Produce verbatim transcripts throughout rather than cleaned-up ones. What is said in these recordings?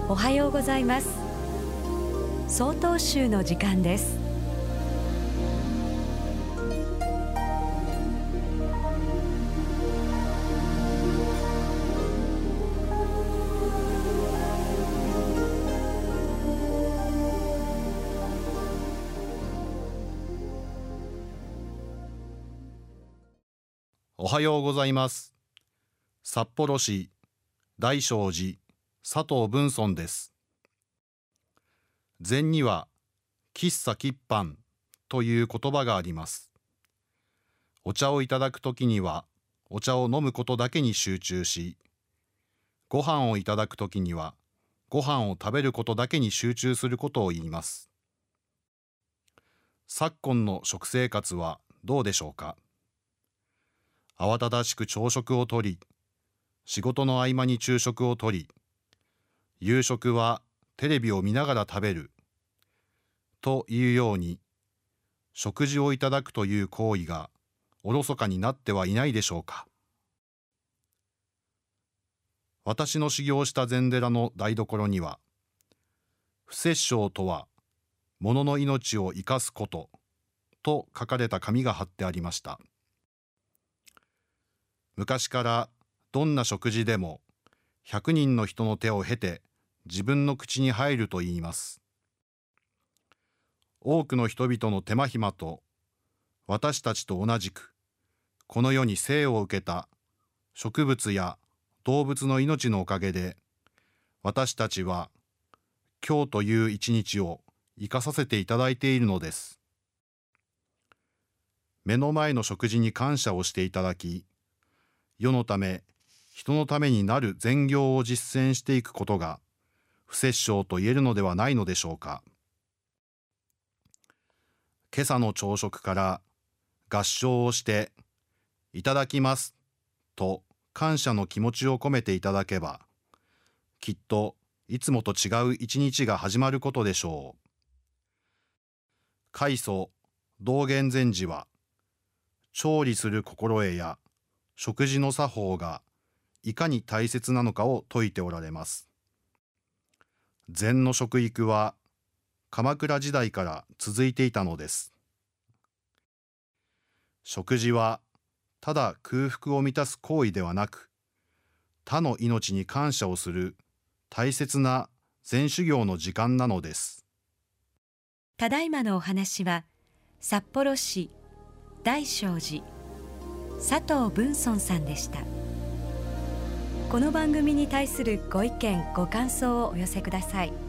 おはようございます。曹洞宗の時間です。 おはようございます。札幌市大聖寺佐藤文尊です。禅には喫茶喫飯という言葉があります。お茶をいただくときにはお茶を飲むことだけに集中し、ご飯をいただくときにはご飯を食べることだけに集中することを言います。昨今の食生活はどうでしょうか。慌ただしく朝食をとり、仕事の合間に昼食をとり、夕食はテレビを見ながら食べるというように、食事をいただくという行為がおろそかになってはいないでしょうか。私の修行した禅寺の台所には、不殺生とは物の命を生かすことと書かれた紙が貼ってありました。昔からどんな食事でもひゃくにんの人の手を経て自分の口に入ると言います。多くの人々の手間暇と私たちと同じくこの世に生を受けた植物や動物の命のおかげで私たちは今日という一日を生かさせていただいているのです。目の前の食事に感謝をしていただき、世のため、人のためになる善行を実践していくことが不殺生と言えるのではないのでしょうか。今朝の朝食から合掌をしていただきますと感謝の気持ちを込めていただけば、きっといつもと違う一日が始まることでしょう。開祖道元禅師は、調理する心得や食事の作法がいかに大切なのかを説いておられます。禅の食育は鎌倉時代から続いていたのです。食事はただ空腹を満たす行為ではなく、他の命に感謝をする大切な禅修行の時間なのです。 ただいまのお話は札幌市大聖寺佐藤文尊さんでした。この番組に対するご意見ご感想をお寄せください。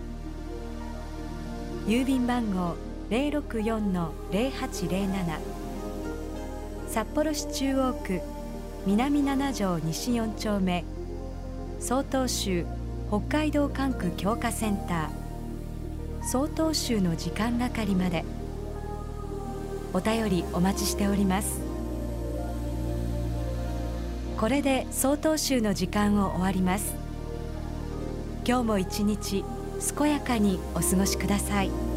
郵便番号 ゼロろくよんのゼロはちゼロなな、 札幌市中央区南なな条西よん丁目、曹洞宗北海道管区強化センター曹洞宗の時間係まで。お便りお待ちしております。これで曹洞宗の時間を終わります。今日も一日健やかにお過ごしください。